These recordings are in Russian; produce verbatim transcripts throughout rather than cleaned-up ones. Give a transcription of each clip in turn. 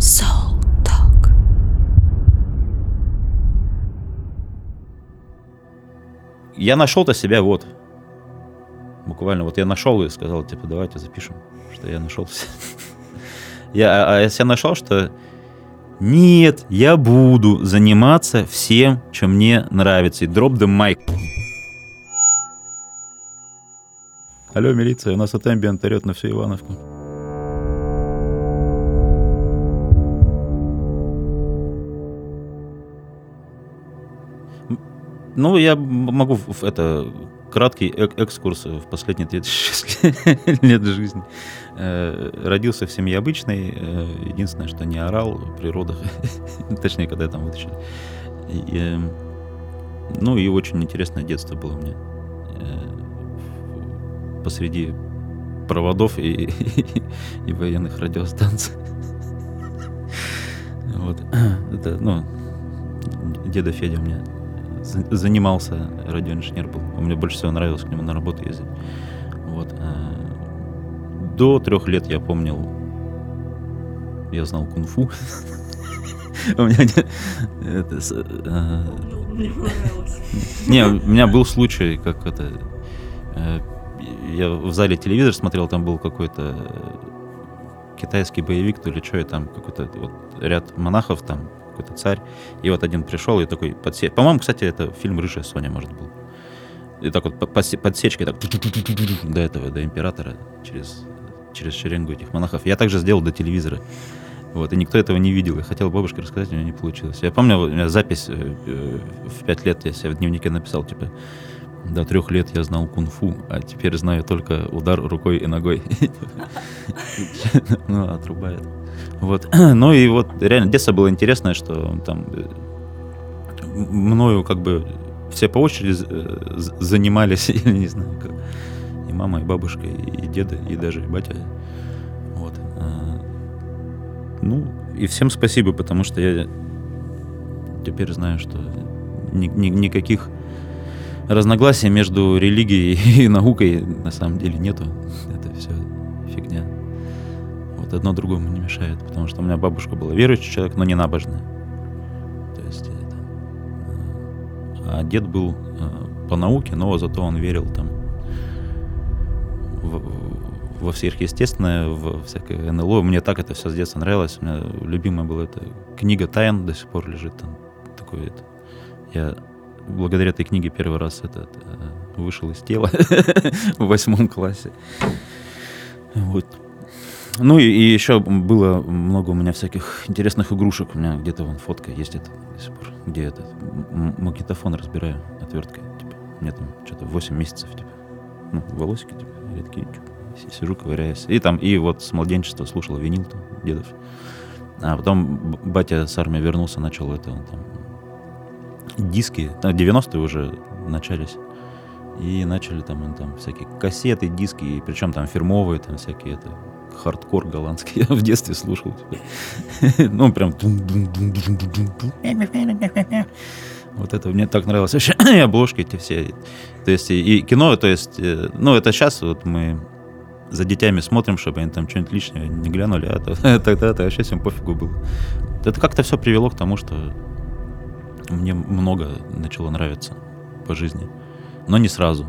Soul Talk. Я нашел-то себя вот. Буквально вот я нашел и сказал, типа, давайте запишем, что я нашел. Я, а я себя нашел, что нет, я буду заниматься всем, что мне нравится. И drop the mic. Алло, милиция, у нас от Ambient орет на всю Ивановку. Ну, я могу в это краткий экскурс в последние тридцать шесть лет жизни. Родился в семье обычной. Единственное, что не орал при родах. Точнее, когда я там вытащили. И, ну, и очень интересное детство было у меня. Посреди проводов и, и, и военных радиостанций. Вот. Это, ну, деда Федя у меня занимался, радиоинженер был. Мне больше всего нравилось к нему на работу ездить. Вот. До трех лет я помнил, я знал кунг-фу. У меня не, у меня был случай, как это. Я в зале телевизор смотрел, там был какой-то китайский боевик, то ли что, и там какой-то вот ряд монахов, там какой-то царь, и вот один пришел и такой подсечь. По-моему, кстати, это фильм «Рыжая Соня», может, был. И так вот подсечкой так до этого, до императора, через, через шеренгу этих монахов. Я также сделал до телевизора. Вот, и никто этого не видел. Я хотел бабушке рассказать, у меня не получилось. Я помню, у меня запись в пять лет, я себе в дневнике написал, типа, до трех лет я знал кунг-фу, а теперь знаю только удар рукой и ногой. Ну, отрубает. Вот. Ну и вот реально детство было интересное, что там мною как бы все по очереди занимались, или не знаю как. И мама, и бабушка, и деда, и даже и батя. Вот. Ну, и всем спасибо, потому что я теперь знаю, что ни, ни, никаких разногласий между религией и наукой на самом деле нету. Это все фигня. Вот одно другому не мешает, потому что у меня бабушка была верующий человек, но не набожная. То есть это, а дед был по науке, но зато он верил там в, во сверхъестественное, в всякое эн эл о. Мне так это все с детства нравилось. У меня любимая была эта книга тайн, до сих пор лежит там. Такой это. Я благодаря этой книге первый раз этот, вышел из тела в восьмом классе. Вот. Ну и, и еще было много у меня всяких интересных игрушек. У меня где-то вон фотка есть это до сих пор, где этот магнитофон разбираю отверткой. Типа, мне там что-то восемь месяцев, типа, ну, волосики, типа, редкие, сижу, ковыряюсь. И там, и вот с младенчества слушал винил там, дедов. А потом батя с армии вернулся, начал это, он там, диски, девяностые уже начались, и начали там, там всякие кассеты, диски, и причем там фирмовые, там всякие, это, хардкор голландский, я в детстве слушал. Ну, прям... Вот это мне так нравилось. Вообще, и обложки эти все. То есть, и кино, то есть, ну, это сейчас вот мы за детьми смотрим, чтобы они там что-нибудь лишнего не глянули, а тогда это вообще всем пофигу было. Это как-то все привело к тому, что мне много начало нравиться по жизни, но не сразу.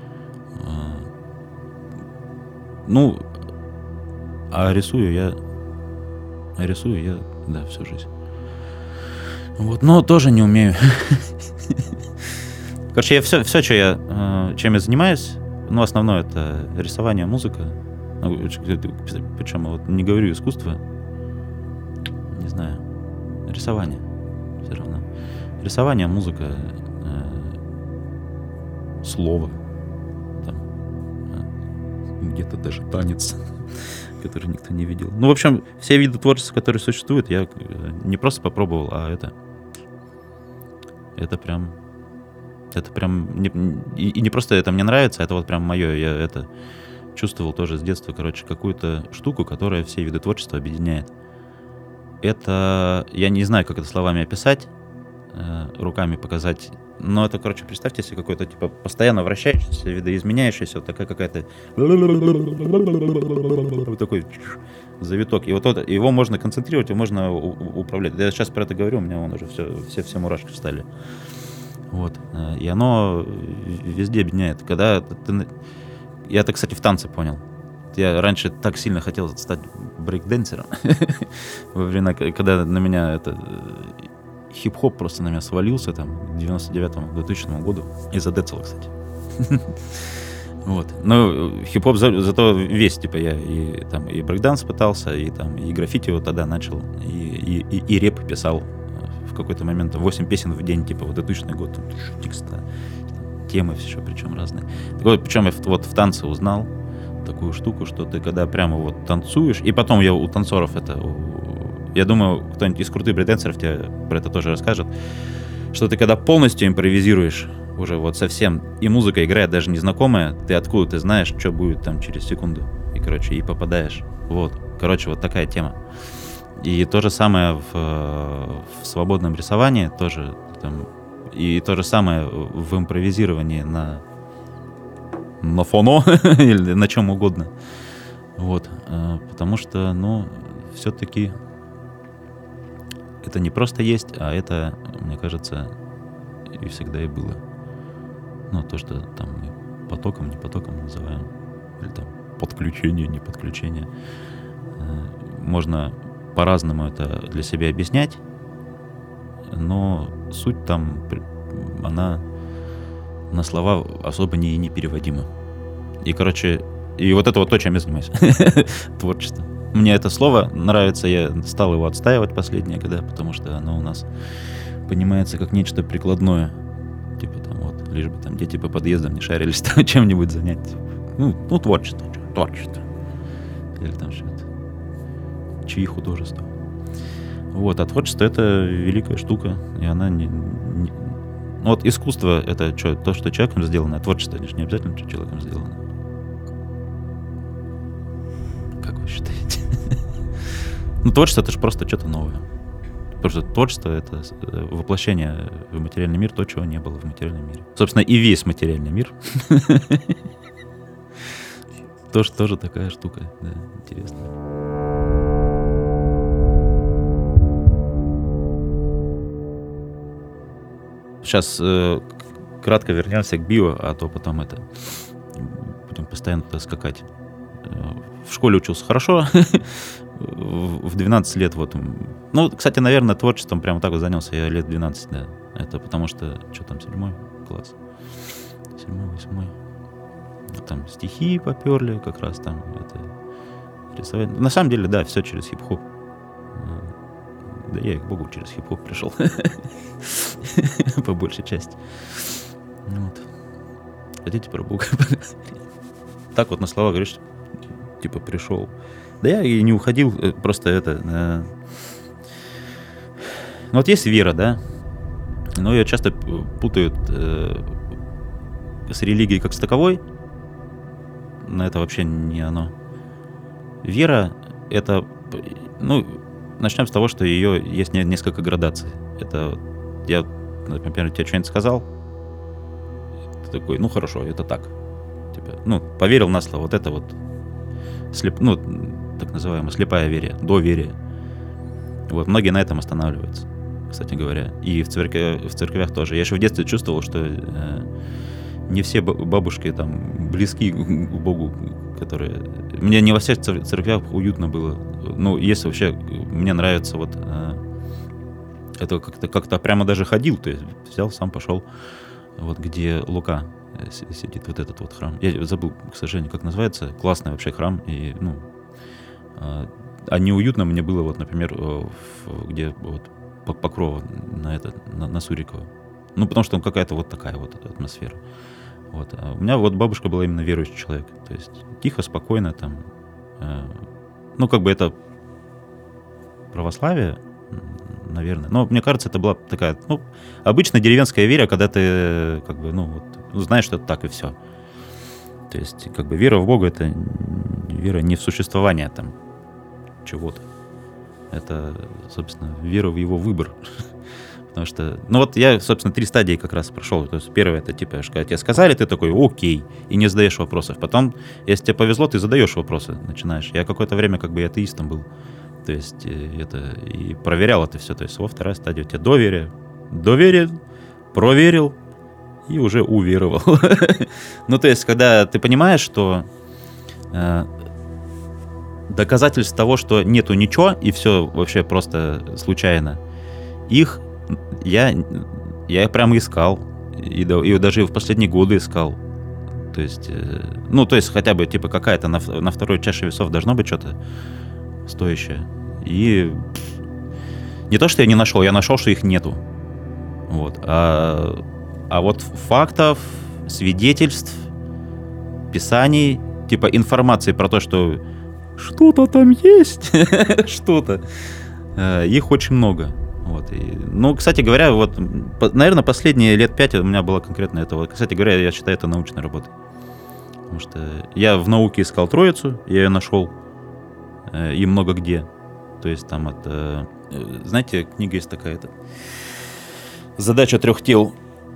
Ну, а рисую я, а рисую я, да, всю жизнь. Вот, но тоже не умею. Короче, я все, все, что я, чем я занимаюсь, ну, основное это рисование, музыка. Причем вот не говорю искусство, не знаю, рисование все равно. Рисование, музыка, э, слово, там, э, где-то даже танец, который никто не видел. Ну, в общем, все виды творчества, которые существуют, я не просто попробовал, а это, это прям, это прям, не, и, и не просто это мне нравится, это вот прям мое, я это чувствовал тоже с детства, короче, какую-то штуку, которая все виды творчества объединяет. Это, я не знаю, как это словами описать, руками показать. Но это, короче, представьте себе какой-то, типа, постоянно вращающийся, видоизменяющийся, вот такая какая-то... Вот такой завиток. И вот это, его можно концентрировать, его можно у- управлять. Я сейчас про это говорю, у меня вон уже все, все, все мурашки встали. Вот. э, И оно везде объединяет. Когда ты... на- Я это, кстати, в танце понял. Я раньше так сильно хотел стать брейкденсером. Во времена, к- когда на меня это э, хип-хоп просто на меня свалился там к девяносто девятому, двухтысячному году. Из-за Децела, кстати. Вот. Но хип-хоп за- зато весь, типа, я и там и брейкданс пытался, и там и граффити вот тогда начал, и, и, и, и рэп писал в какой-то момент. восемь песен в день, типа, вот двухтысячный год, там, текста, темы все, причем разные. Так вот, причем я в- вот в танце узнал такую штуку, что ты когда прямо вот танцуешь, и потом я у танцоров это, у- я думаю, кто-нибудь из крутых брейкденсеров тебе про это тоже расскажет, что ты когда полностью импровизируешь, уже вот совсем, и музыка играет даже незнакомая, ты откуда ты знаешь, что будет там через секунду, и, короче, и попадаешь. Вот, короче, вот такая тема. И то же самое в, э, в свободном рисовании, тоже там, и то же самое в импровизировании на, на фоно или на чем угодно. Вот, э, потому что, ну, все-таки это не просто есть, а это, мне кажется, и всегда и было. Ну, то, что там мы потоком, не потоком называем, или там подключение, не подключение. Э, Можно по-разному это для себя объяснять, но суть там, при- она на слова особо не, не переводима. И, короче, и вот это вот то, чем я занимаюсь. Творчество. Мне это слово нравится, я стал его отстаивать последние года, потому что оно у нас понимается как нечто прикладное. Типа там вот, лишь бы там дети по подъездам не шарились, там чем-нибудь занять. Ну, ну творчество, чё, творчество. Или там что-то. Чьи художества. Вот, а творчество — это великая штука, и она не... не- Ну вот искусство — это что, то, что человеком сделано, а творчество — это же не обязательно, что человеком сделано. Как вы считаете? Ну, творчество — это же просто что-то новое. Потому что творчество — это э, воплощение в материальный мир, то, чего не было в материальном мире. Собственно, и весь материальный мир тоже, тоже такая штука, да, интересная. Сейчас э, к- кратко вернемся к био, а то потом это будем постоянно туда скакать. Э, В школе учился хорошо, в в двенадцать лет вот. м, Ну, кстати, наверное, творчеством прямо так вот занялся я лет двенадцать, да. Это потому что, что там, седьмой класс? Седьмой, восьмой. Ну, там стихи поперли, как раз там это рисовать. На самом деле, да, все через хип-хоп. Э, Да я и к Богу через хип-хоп пришел. По большей части. Ну вот. Хотите про Бога поговорить? Так вот на слова говоришь, типа пришел. Да я и не уходил, э, просто это... э, Ну вот есть вера, да? Но ее часто п- путают э, с религией как с таковой. Но это вообще не оно. Вера — это... п- Ну, начнем с того, что ее есть не- несколько градаций. Это вот я, например, тебе что-нибудь сказал, ты такой, ну хорошо, это так. Типа, ну, поверил на слово. Вот это вот слеп, ну, так называемая слепая верия, доверие. Вот, многие на этом останавливаются, кстати говоря. И в, церкви, в церквях тоже. Я еще в детстве чувствовал, что э, не все ба- бабушки там близки к к Богу, которые... Мне не во всех цер- церквях уютно было. Ну, если вообще мне нравится вот... э, это как-то, как-то прямо даже ходил, то есть взял, сам пошел, вот где Лука э, си- сидит, вот этот вот храм. Я забыл, к сожалению, как называется. Классный вообще храм. И, ну, а а неуютно мне было, вот, например, э, в- где вот По- Покрова на, это, на, на Сурикова. Ну, потому что там какая-то вот такая вот атмосфера. Вот. А у меня вот бабушка была именно верующий человек. То есть тихо, спокойно там. э, ну, как бы это православие, м, наверное. Но мне кажется, это была такая, ну, обычная деревенская вера, когда ты, э, как бы, ну, вот, ну, знаешь, что это так и все. То есть, как бы, вера в Бога — это н- вера не в существование там чего-то. Это, собственно, вера в его выбор. Потому что, ну вот я, собственно, три стадии как раз прошел. То есть первое, это типа, когда тебе сказали, ты такой, окей, и не задаешь вопросов. Потом, если тебе повезло, ты задаешь вопросы, начинаешь. Я какое-то время как бы атеистом был. То есть это и проверял это все. То есть во вторая стадия у тебя доверие. Доверие, проверил и уже уверовал. Ну, то есть, когда ты понимаешь, что э, доказательств того, что нету ничего, и все вообще просто случайно, их я, я прямо искал. И, и даже в последние годы искал. То есть, э, ну, то есть, хотя бы, типа, какая-то на, на второй чаше весов должно быть что-то стоящее. И не то, что я не нашел, я нашел, что их нету. Вот. А, а вот фактов, свидетельств, писаний, типа информации про то, что что-то там есть, что-то, их очень много. Вот. И, ну, кстати говоря, вот, наверное, последние лет пять у меня было конкретно это. Вот, кстати говоря, я считаю это научной работой. Потому что я в науке искал троицу, я ее нашел, и много где. То есть там это... Знаете, книга есть такая, это «Задача трех тел».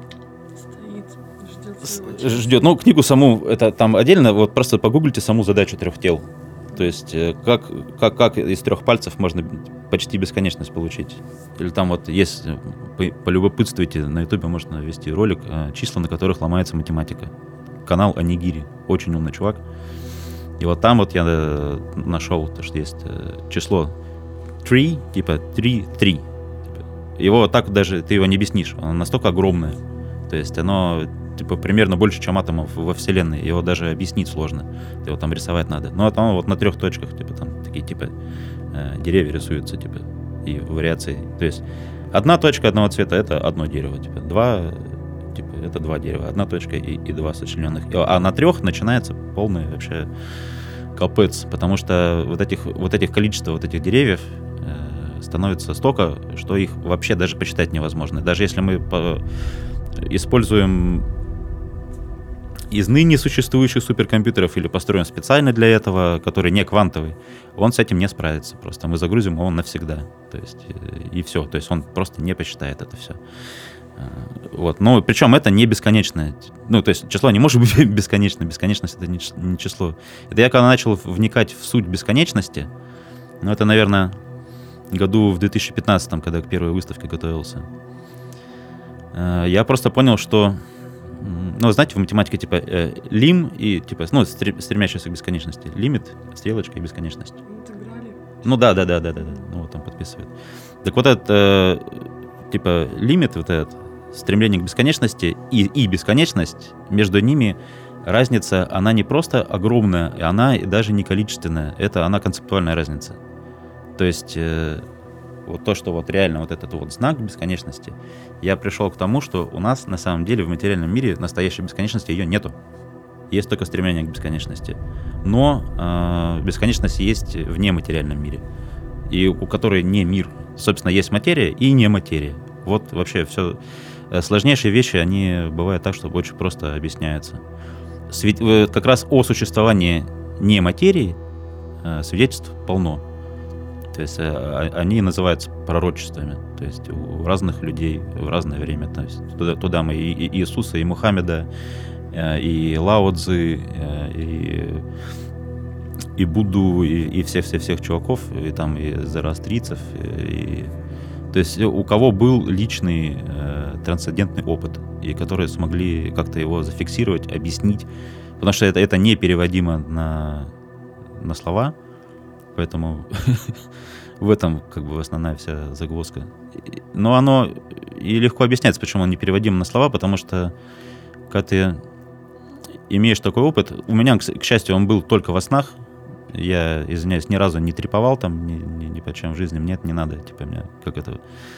Стоит, ждет. Ждет. Ну, книгу саму, это там отдельно, вот просто погуглите саму «Задачу трех тел». То есть как, как, как из трех пальцев можно почти бесконечность получить. Или там вот есть, полюбопытствуйте, на ютубе можно ввести ролик, числа, на которых ломается математика. Канал Онигири, очень умный чувак. И вот там вот я нашел, то, что есть число три, типа три, три. Его так даже, ты его не объяснишь, оно настолько огромное. То есть оно типа примерно больше, чем атомов во Вселенной. Его даже объяснить сложно. Его там рисовать надо. Но там вот на трех точках, типа там такие типа э, деревья рисуются, типа, и вариации. То есть одна точка одного цвета — это одно дерево, типа два, типа это два дерева, одна точка и, и два сочлененных. А на трех начинается полный вообще капец, потому что вот этих вот этих количество вот этих деревьев э, становится столько, что их вообще даже посчитать невозможно. Даже если мы по, используем из ныне существующих суперкомпьютеров или построен специально для этого, который не квантовый, он с этим не справится. Просто мы загрузим его навсегда. То есть, и все. То есть он просто не посчитает это все. Вот. Но причем это не бесконечное. Ну, то есть число не может быть бесконечным. Бесконечность — это не число. Это я когда начал вникать в суть бесконечности, ну, это, наверное, году в две тысячи пятнадцатом, когда к первой выставке готовился, я просто понял, что, ну, знаете, в математике типа э, лим и типа, ну, стремящийся к бесконечности. Лимит, стрелочка и бесконечность. Интеграли. Ну да, да, да, да, да, да. Ну вот там подписывает. Так вот это э, типа лимит, вот этот стремление к бесконечности и, и бесконечность, между ними разница, она не просто огромная, она даже не количественная, это она концептуальная разница. То есть э, вот то, что вот реально вот этот вот знак бесконечности, я пришел к тому, что у нас на самом деле в материальном мире настоящей бесконечности ее нету. Есть только стремление к бесконечности. Но э, бесконечность есть в нематериальном мире, и у которой не мир. Собственно, есть материя и не материя. Вот вообще все. Сложнейшие вещи, они бывают так, что очень просто объясняются. Свид... Как раз о существовании не материи э, свидетельств полно. То есть э, они называются пророчествами. То есть у разных людей в разное время. То есть туда, туда мы и, и Иисуса, и Мухаммеда, э, и Лао Цзы, э, и, и Будду, и, и всех-всех-всех чуваков, и там и зороастрийцев, и... То есть у кого был личный э, трансцендентный опыт, и которые смогли как-то его зафиксировать, объяснить, потому что это, это не переводимо на, на слова, поэтому в этом как бы основная вся загвоздка. Но оно и легко объясняется, почему он не переводим на слова, потому что когда ты имеешь такой опыт, у меня, к счастью, он был только во снах. Я, извиняюсь, ни разу не треповал там, ни, ни, ни по чем в жизни. Мне это не надо. Типа, меня, как это...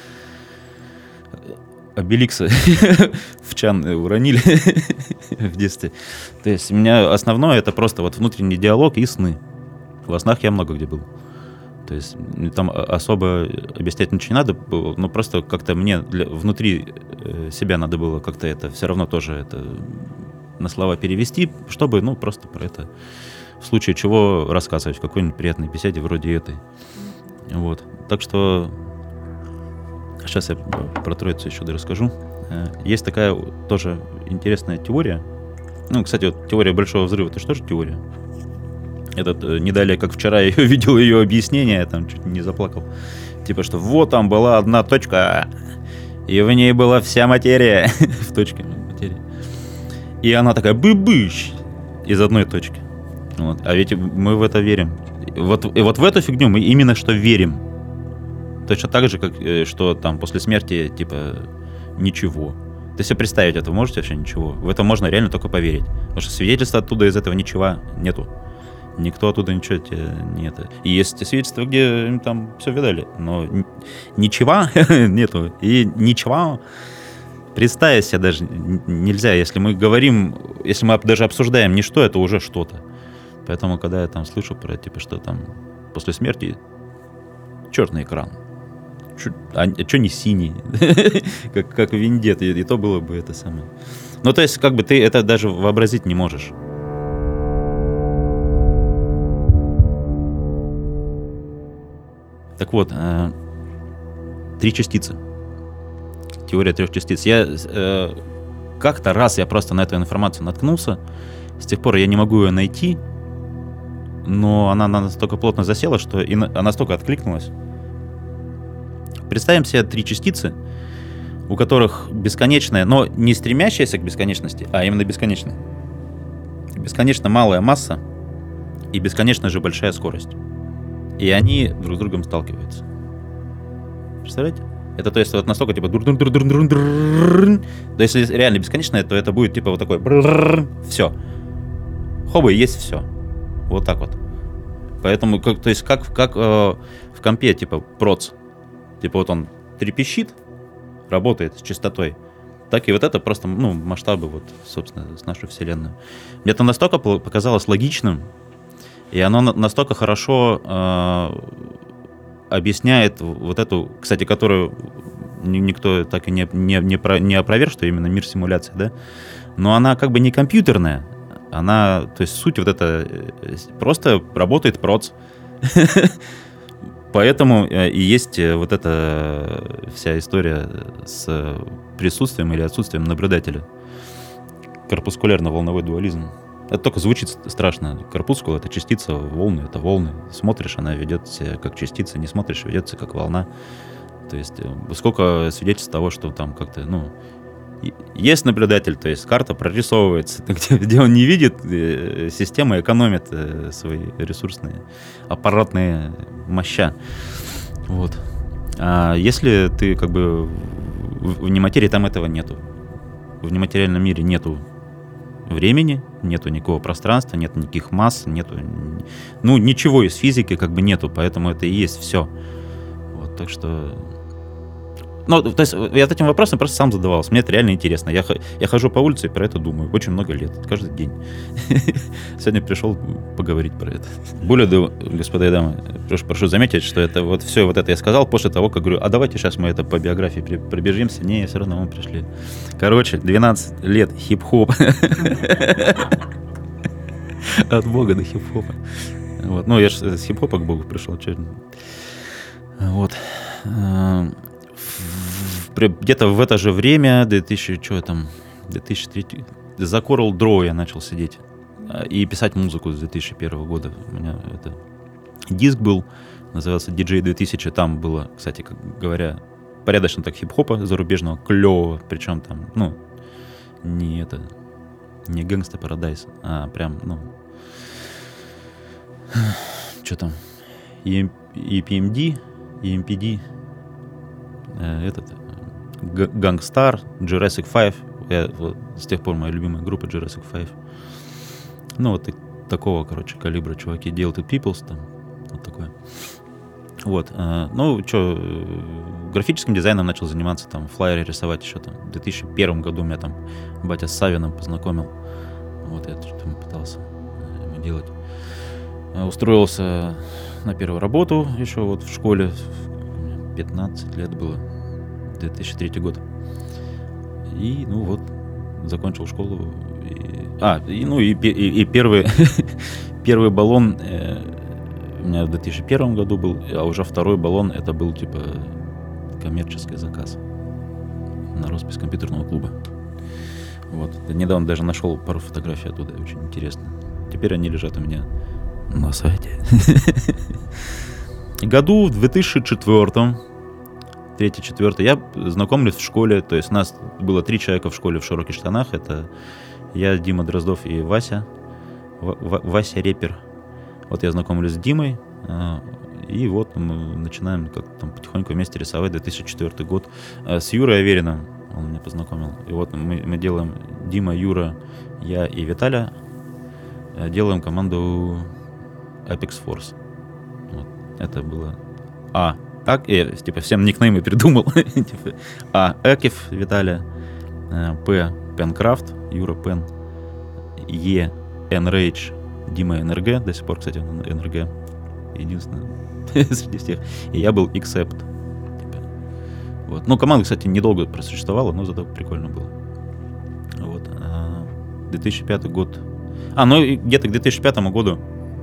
Обеликса в чан уронили в детстве. То есть у меня основное — это просто вот внутренний диалог и сны. Во снах я много где был. То есть там особо объяснять ничего не надо было, но просто как-то мне для, внутри себя надо было как-то это все равно тоже это на слова перевести, чтобы, ну, просто про это в случае чего рассказывать в какой-нибудь приятной беседе вроде этой. Вот. Так что Сейчас я про Троицу еще расскажу. Есть такая тоже интересная теория. Ну, кстати, вот теория Большого Взрыва, это же тоже теория. Этот, не далее, как вчера я ее видел, ее объяснение, я там чуть не заплакал. Типа, что вот там была одна точка, и в ней была вся материя. В точке материи. И она такая быбыщ из одной точки. Вот. А ведь мы в это верим. Вот, и вот в эту фигню мы именно что верим. Точно так же, как что там после смерти, типа, ничего. То себе представить это можете вообще ничего? В это можно реально только поверить. Потому что свидетельства оттуда из этого ничего нету. Никто оттуда ничего тебе не это. И есть свидетельства, где им там все видали, но ничего нету. И ничего представить себе даже нельзя. Если мы говорим, если мы даже обсуждаем ничто, это уже что-то. Поэтому, когда я там слышу про, типа, что там после смерти черный экран. Чё, а что не синий? как, как в Вендетте, и, и то было бы это самое. Ну, то есть, как бы ты это даже вообразить не можешь. Так вот, э, три частицы. Теория трех частиц. Я э, как-то раз я просто на эту информацию наткнулся. С тех пор я не могу ее найти. Но она настолько плотно засела, что и на, она настолько откликнулась. Представим себе три частицы, у которых бесконечная, но не стремящаяся к бесконечности, а именно бесконечная. Бесконечно малая масса и бесконечно же большая скорость. И они друг с другом сталкиваются. Представляете? Это то есть вот настолько типа дур-дур-дур-дур-дур-дур. То есть если реально бесконечное, то это будет типа вот такой все. Хоба и есть все. Вот так вот. Поэтому, как, то есть как, как э, в компе типа проц. Типа вот он трепещит, работает с частотой. Так и вот это просто, ну, масштабы вот, собственно, с нашей вселенной. Мне это настолько показалось логичным, и оно настолько хорошо э, объясняет вот эту, кстати, которую никто так и не, не, не, про, не опроверг, что именно мир симуляции, да? Но она как бы не компьютерная. Она, то есть суть вот это, просто работает проц. Поэтому и есть вот эта вся история с присутствием или отсутствием наблюдателя. Корпускулярно-волновой дуализм. Это только звучит страшно. Корпускул — это частица, волны — это волны. Смотришь, она ведет себя как частица, не смотришь, ведет себя как волна. То есть сколько свидетельств того, что там как-то, ну, есть наблюдатель, то есть карта прорисовывается, где, где он не видит, система экономит свои ресурсные аппаратные моща. Вот. А если ты как бы в нематерии, там этого нету. В нематериальном мире нету времени, нету никакого пространства, нет никаких масс, нету, ну, ничего из физики как бы нету, поэтому это и есть все. Вот, так что... Ну, то есть я этим вопросом просто сам задавался. Мне это реально интересно. Я, я хожу по улице и про это думаю очень много лет, каждый день. Сегодня пришел поговорить про это. Более того, господа и дамы, прошу, прошу заметить, что это вот все вот это я сказал после того, как говорю, а давайте сейчас мы это по биографии пробежимся. Не, все равно мы пришли. Короче, двенадцать лет хип-хоп. От бога до хип-хопа. Вот. Ну, я же с хип-хопа к богу пришел. Вот. Где-то в это же время, две тысячи, что там, две тысячи третий, за Coral Draw я начал сидеть и писать музыку с две тысячи первого года. У меня это диск был, назывался ди джей две тысячи, там было, кстати, как говоря, порядочно так хип-хопа зарубежного, клёвого, причем там, ну, не это, не Gangsta Paradise, а прям, ну, что там, и пи эм ди, и эм пи ди, этот, Gangstar, Jurassic пять. Я, вот, с тех пор моя любимая группа Jurassic пять. Ну, вот и, такого, короче, калибра чуваки. Delta Peoples там. Вот такое. Вот. Э, ну, что, графическим дизайном начал заниматься, там, флайеры рисовать еще там. В две тысячи первом году меня там батя с Савиным познакомил. Вот, я что-то пытался ему делать. Устроился на первую работу еще вот в школе. пятнадцать лет было. две тысячи третий год. И, ну вот, закончил школу. И, а, и, ну и, и, и первый, первый баллон э, у меня в две тысячи первом году был, а уже второй баллон это был типа коммерческий заказ на роспись компьютерного клуба. Вот. Я недавно даже нашел пару фотографий оттуда, очень интересно. Теперь они лежат у меня на сайте. Году в две тысячи четвёртом, третий четвёртый, я знакомлюсь в школе, то есть у нас было три человека в школе в широких штанах, это я, Дима Дроздов и Вася, В- Вася Репер. Вот я знакомлюсь с Димой, и вот мы начинаем как-то там потихоньку вместе рисовать, две тысячи четвёртый год. С Юрой Авериным, он меня познакомил, и вот мы, мы делаем, Дима, Юра, я и Виталя, делаем команду Apex Force. Вот. Это было А. А, я, типа, всем никнеймы придумал. Типа, А. Экив, Виталя. П. Пенкрафт, Юра Пен. Е. Enrage, Дима эн эр гэ. До сих пор, кстати, он эн эр гэ. Единственное среди всех. И я был Accept. Типа. Вот. Ну, команда, кстати, недолго просуществовала, но зато прикольно было. Вот. две тысячи пятый год. А, ну где-то к две тысячи пятому году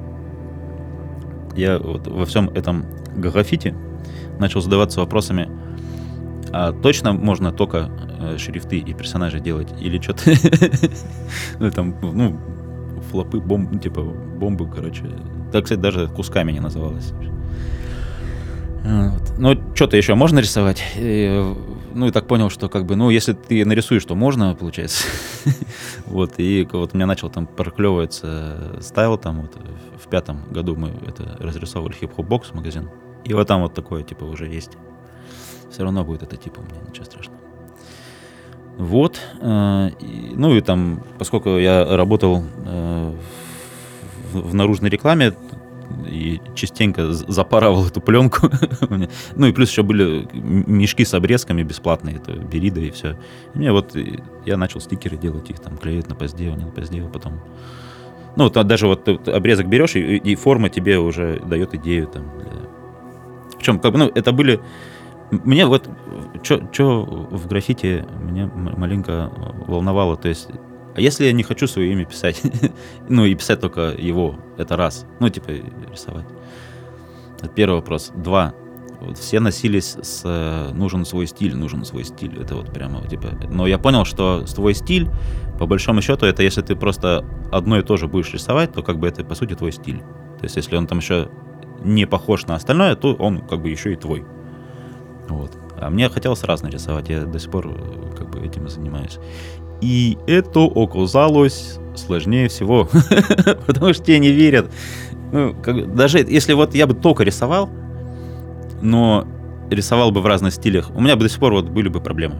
я вот во всем этом граффити начал задаваться вопросами, а точно можно только э, шрифты и персонажи делать? Или что-то... ну, там, ну, флопы, бомбы, типа, бомбы, короче. Так, кстати, даже кусками не называлось. Вот. Ну, что-то еще можно рисовать? И, ну, и так понял, что, как бы, ну, если ты нарисуешь, то можно, получается. Вот, и вот у меня начал там проклевываться стайл, там вот в пятом году мы это разрисовывали хип-хоп-бокс магазин. И вот там вот такое, типа, уже есть. Все равно будет это, типа, у меня ничего страшного. Вот. Э, и, ну и там, поскольку я работал э, в, в наружной рекламе и частенько запарывал эту пленку, ну и плюс еще были мешки с обрезками бесплатные, это Берида и все. И мне вот я начал стикеры делать, их там клеить на поздео, не на поздео, потом. Ну вот даже вот обрезок берешь, и, и форма тебе уже дает идею там. Для... Причем, как бы, ну, это были... Мне вот, что в граффити меня маленько волновало, то есть, а если я не хочу свое имя писать, ну и писать только его, это раз, ну типа рисовать. Это первый вопрос. Два. Вот все носились с нужен свой стиль, нужен свой стиль, это вот прямо типа. Но я понял, что твой стиль, по большому счету, это если ты просто одно и то же будешь рисовать, то как бы это по сути твой стиль. То есть если он там еще не похож на остальное, то он как бы еще и твой. Вот. А мне хотелось разное рисовать, я до сих пор как бы этим и занимаюсь. И это оказалось сложнее всего, потому что тебе не верят. Ну, как, даже если вот я бы только рисовал, но рисовал бы в разных стилях, у меня бы до сих пор вот были бы проблемы.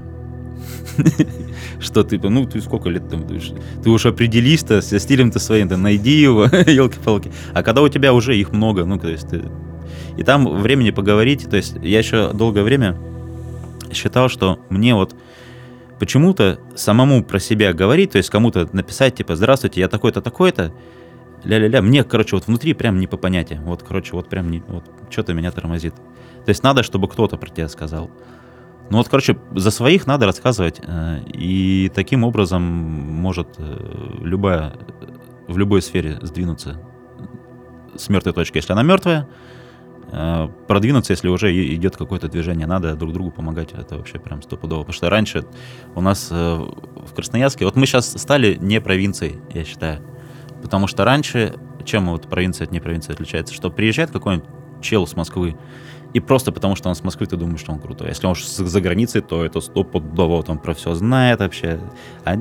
Что ты, ну, ты сколько лет там, ты уж определись-то со стилем-то своим, да найди его, елки-палки. А когда у тебя уже их много, ну, то есть ты... И там времени поговорить, то есть я еще долгое время считал, что мне вот почему-то самому про себя говорить, то есть кому-то написать, типа, здравствуйте, я такой-то, такой-то, ля-ля-ля, мне, короче, вот внутри прям не по понятиям, вот, короче, вот прям не, вот что-то меня тормозит. То есть надо, чтобы кто-то про тебя сказал. Ну вот, короче, за своих надо рассказывать, и таким образом может любая, в любой сфере сдвинуться с мертвой точки, если она мертвая, продвинуться, если уже идет какое-то движение, надо друг другу помогать, это вообще прям стопудово. Потому что раньше у нас в Красноярске, вот мы сейчас стали не провинцией, я считаю, потому что раньше, чем вот провинция от не провинции отличается, что приезжает какой-нибудь чел с Москвы, и просто потому, что он с Москвы, ты думаешь, что он крутой. Если он за границей, то это стопудово, он про все знает вообще. А,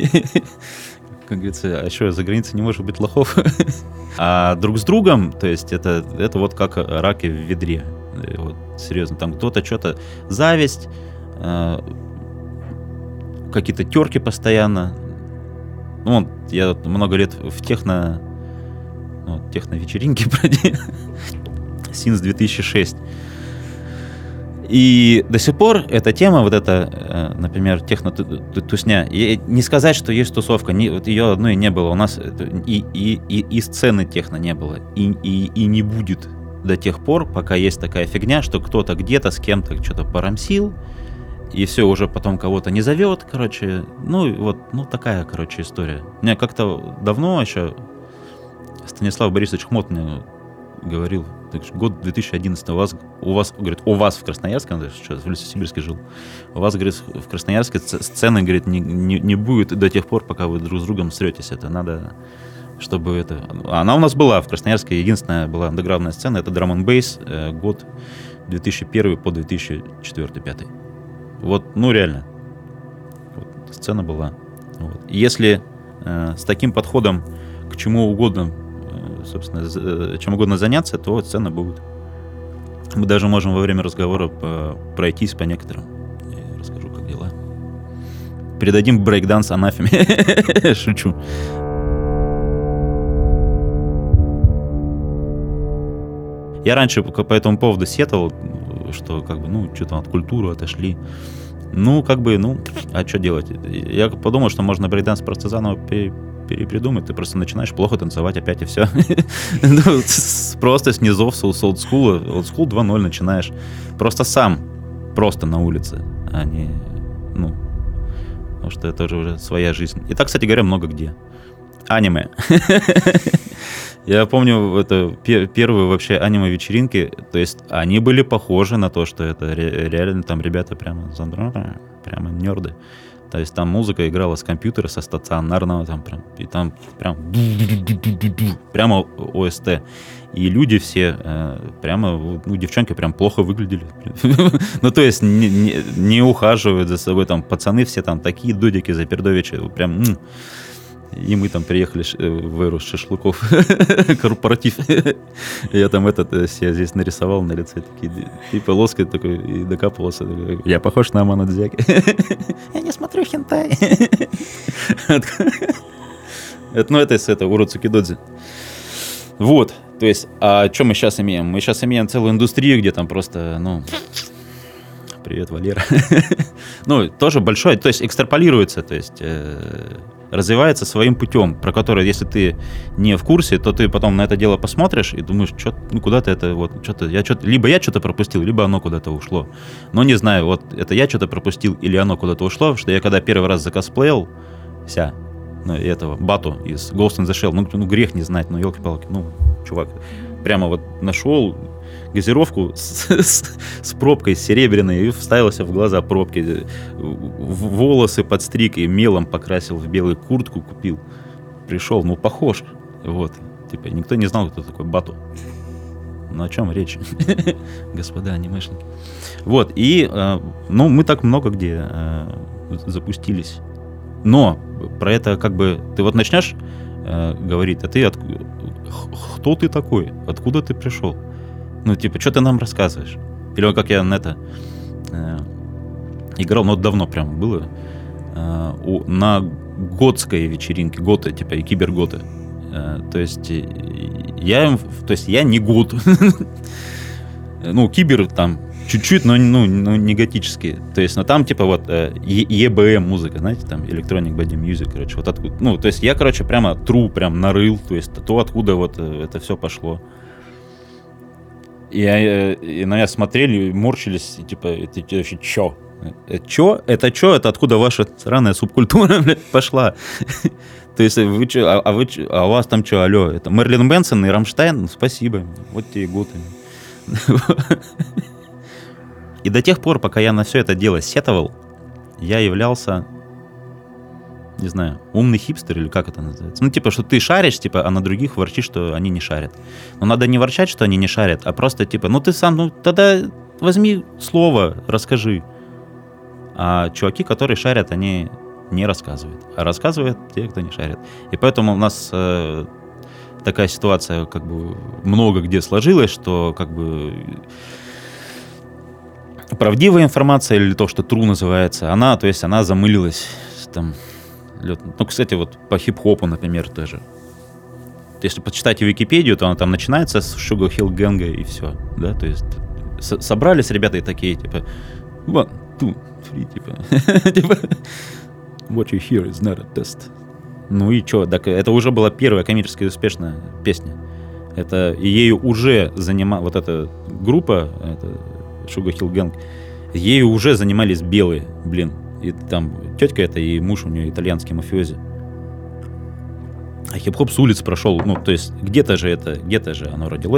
как говорится, а что, за границей не может быть лохов? А друг с другом, то есть это, это вот как раки в ведре. Вот, серьезно, там кто-то что-то... Зависть, э, какие-то терки постоянно. Ну, я много лет в техно... Ну, техно-вечеринке бродил. Синс две тысячи шесть. И до сих пор эта тема, вот эта, например, техно-тусня, не сказать, что есть тусовка, не, вот ее одной не было. У нас и, и, и, и сцены техно не было, и, и, и не будет до тех пор, пока есть такая фигня, что кто-то где-то с кем-то что-то порамсил, и все, уже потом кого-то не зовет, короче. Ну, вот, ну, такая, короче, история. У меня как-то давно еще Станислав Борисович Хмот мне говорил, год две тысячи одиннадцатый, у вас, у вас, говорит, у вас в Красноярске, он сейчас в Лесосибирске жил, у вас, говорит, в Красноярске сцены, говорит, не, не, не будет до тех пор, пока вы друг с другом сретесь. Это надо, чтобы это... Она у нас была в Красноярске, единственная была андеграундная сцена, это Drum and Bass, год две тысячи первый по две тысячи четвёртый — две тысячи пятый. Вот, ну реально, вот, сцена была. Вот. Если э, с таким подходом к чему угодно, э, собственно, э, чем угодно заняться, то сцена будет. Мы даже можем во время разговора по, пройтись по некоторым. Я расскажу, как дела. Передадим брейкданс анафеме. Шучу. Я раньше по этому поводу сетовал, что как бы, ну, что-то от культуры отошли. Ну, как бы, ну, а что делать? Я подумал, что можно брейкданс просто заново перепридумать. Ты просто начинаешь плохо танцевать опять, и все. Просто с низов, с олдскула, олдскул два ноль начинаешь. Просто сам, просто на улице, а не, ну, потому что это уже своя жизнь. И так, кстати говоря, много где. Аниме. Я помню, это первые вообще аниме-вечеринки, то есть они были похожи на то, что это ре- реально там ребята прямо, прямо нерды. То есть там музыка играла с компьютера, со стационарного, там прям, и там прям прямо о эс ти. И люди все э, прямо, ну, девчонки прям плохо выглядели. Ну, то есть не, не, не ухаживают за собой, там пацаны все там такие дудики запердовичи, прям... М- И мы там приехали в эру шашлыков, корпоратив. Я там этот себе здесь нарисовал на лице такие, типа лоскать такой, и докапывался. Я похож на Амано Дзяки. Я не смотрю хентай. Это, ну, это из этого Уроцукидодзи. Вот, то есть, а что мы сейчас имеем? Мы сейчас имеем целую индустрию, где там просто, ну... Привет, Валера. Ну, тоже большой, то есть экстраполируется, то есть э, развивается своим путем, про который, если ты не в курсе, то ты потом на это дело посмотришь и думаешь, что, ну, куда-то это, вот, что-то, я что-то, либо я что-то пропустил, либо оно куда-то ушло. Но не знаю, вот, это я что-то пропустил или оно куда-то ушло, потому что я когда первый раз закосплеил ся, ну, этого, Бату из Ghost in the Shell, ну, ну грех не знать, ну, елки-палки, ну, чувак, прямо вот нашел газировку с, с, с пробкой серебряной и вставился в глаза пробки, волосы подстриг и мелом покрасил в белую куртку, купил, пришел, ну, похож, вот, типа, никто не знал, кто такой Бату. Ну, о чем речь, господа анимешники. Вот, и, э, ну, мы так много где э, запустились, но про это как бы, ты вот начнешь э, говорить, а ты, от, кто ты такой, откуда ты пришел? Ну, типа, что ты нам рассказываешь? Или вот как я на это э, играл, ну, давно прям было, э, у, на готской вечеринке, готы, типа, и киберготы. Э, то есть, я, то есть, я не гот. Ну, кибер там чуть-чуть, но ну, ну, не готические. То есть, ну, там, типа, вот, э, и би эм музыка, знаете, там, Electronic Body Music, короче, вот откуда. Ну, то есть, я, короче, прямо true, прям нарыл, то есть, то, откуда вот это все пошло. И, и на меня смотрели, морщились, и, типа, это, это вообще чё? Это чё? Это чё? Это откуда ваша сраная субкультура, блядь, пошла? То есть, вы чё, а, а, вы, а у вас там чё, алло, это Мерлин Мэнсон и Рамштайн? Ну, спасибо, вот тебе и готы. И до тех пор, пока я на все это дело сетовал, я являлся, не знаю, умный хипстер или как это называется. Ну, типа, что ты шаришь, типа, а на других ворчишь, что они не шарят. Но надо не ворчать, что они не шарят, а просто, типа, ну ты сам, ну тогда возьми слово, расскажи. А чуваки, которые шарят, они не рассказывают. А рассказывают те, кто не шарит. И поэтому у нас э, такая ситуация, как бы, много где сложилась, что, как бы, правдивая информация, или то, что true называется, она, то есть, она замылилась там. Ну, кстати, вот по хип-хопу, например, тоже. Если почитать Википедию, то она там начинается с Sugar Hill Gang и все, да, то есть с- собрались ребята и такие, типа, one, two, three, типа, типа, what you hear is not a test. Ну и что, так это уже была первая коммерчески успешная песня. Это, и ею уже занимала, вот эта группа, это Sugar Hill Gang, ею уже занимались белые, блин. И там тетка это, и муж у нее итальянский мафиози. А хип-хоп с улиц прошел, ну, то есть где-то же это, где-то же оно родилось.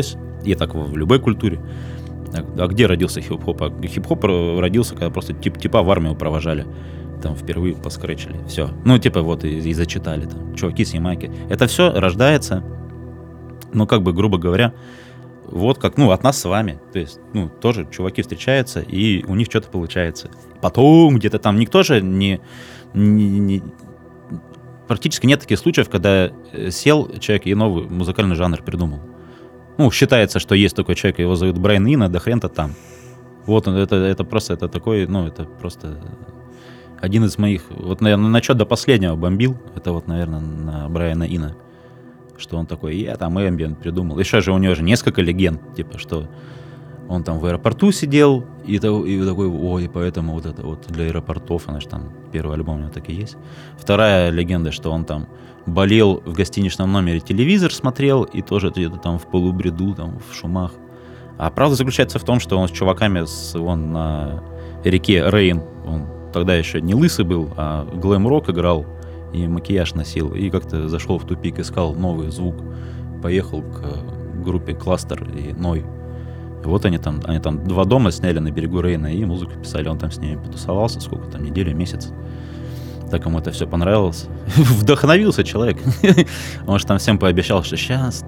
и так в любой культуре. А, а где родился хип-хоп? А хип-хоп родился, когда просто тип, типа в армию провожали. Там впервые поскречили. Все. Ну, типа вот и, и зачитали там. Чуваки с Ямайки. Это все рождается, ну, как бы, грубо говоря, вот как, ну, от нас с вами. То есть, ну, тоже чуваки встречаются, и у них что-то получается. Потом где-то там никто же не... не, не практически нет таких случаев, когда сел человек и новый музыкальный жанр придумал. Ну, считается, что есть такой человек, его зовут Брайан Ина, да хрен-то там. Вот он, это, это просто, это такой, ну, это просто один из моих... Вот, наверное, на что до последнего бомбил, это вот, наверное, на Брайана Ина. Что он такой, я там эмбиент придумал. Еще же у него же несколько легенд, типа, что он там в аэропорту сидел, и, то, и такой, ой, поэтому вот это вот для аэропортов, она же там, первый альбом у него так и есть. Вторая легенда, что он там болел в гостиничном номере, телевизор смотрел, и тоже где-то там в полубреду, там в шумах. А правда заключается в том, что он с чуваками с, вон на реке Рейн, он тогда еще не лысый был, а глэм-рок играл, и макияж носил, и как-то зашел в тупик, искал новый звук, поехал к группе Кластер и Ной. И вот они там, они там два дома сняли на берегу Рейна и музыку писали, он там с ними потусовался, сколько там, неделю, месяц. Так ему это все понравилось. Вдохновился человек. Он же там всем пообещал, что сейчас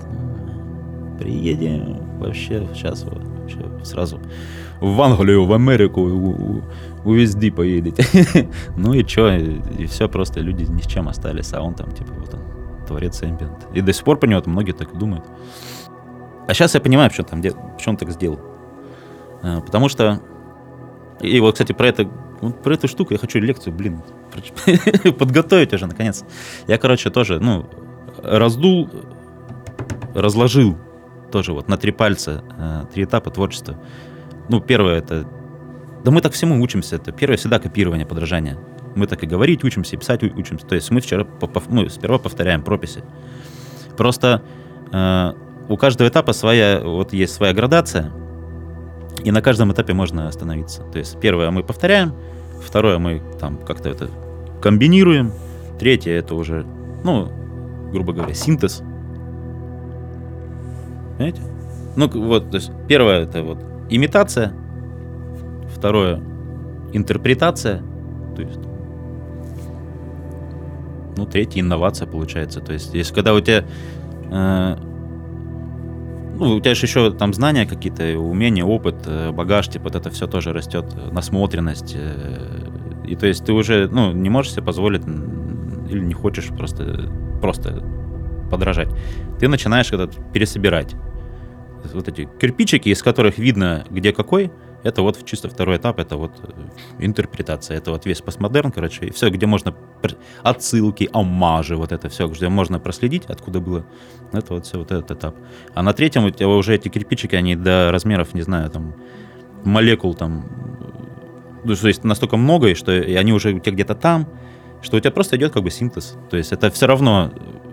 приедем, вообще сейчас вообще сразу в Англию, в Америку, у, у, у везде поедете. Ну и что, и, и все, просто люди ни с чем остались, а он там, типа, вот он, творец эмбиент. И до сих пор по нему многие так и думают. А сейчас я понимаю, почему, там, почему он так сделал. А, потому что... И вот, кстати, про, это, вот про эту штуку я хочу лекцию, блин, подготовить уже, наконец. Я, короче, тоже, ну, раздул, разложил тоже вот на три пальца, три этапа творчества. Ну, первое это... Да мы так всему учимся. Это первое всегда копирование, подражание. Мы так и говорить учимся, и писать учимся. То есть мы вчера, мы сперва повторяем прописи. Просто э, у каждого этапа своя, вот есть своя градация, и на каждом этапе можно остановиться. То есть первое мы повторяем, второе мы там как-то это комбинируем, третье это уже, ну, грубо говоря, синтез. Понимаете? Ну, вот, то есть первое это вот имитация, второе интерпретация, то есть, ну, третье инновация получается. То есть, если когда у тебя, э, ну, у тебя же еще там знания какие-то, умения, опыт, багаж, типа, вот это все тоже растет, насмотренность. Э, и то есть ты уже, ну, не можешь себе позволить или не хочешь просто, просто подражать. Ты начинаешь когда пересобирать. Вот эти кирпичики, из которых видно, где какой, это вот чисто второй этап, это вот интерпретация, это вот весь постмодерн, короче, и все, где можно отсылки, оммажи, вот это все, где можно проследить, откуда было, это вот все, вот этот этап. А на третьем у тебя уже эти кирпичики, они до размеров, не знаю, там, молекул там, то есть настолько много, и что и они уже у тебя где-то там, что у тебя просто идет как бы синтез, то есть это все равно,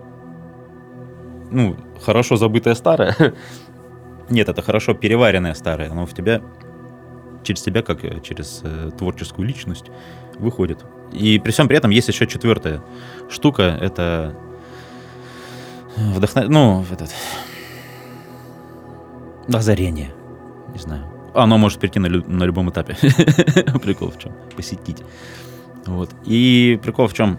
ну, хорошо забытое старое. Нет, это хорошо переваренное старое, оно в тебя, через тебя, как через э, творческую личность, выходит. И при всем при этом есть еще четвертая штука, это вдохновение, ну, этот, озарение, не знаю. Оно может прийти на, лю- на любом этапе. Прикол в чем? Посетить. Вот. И прикол в чем?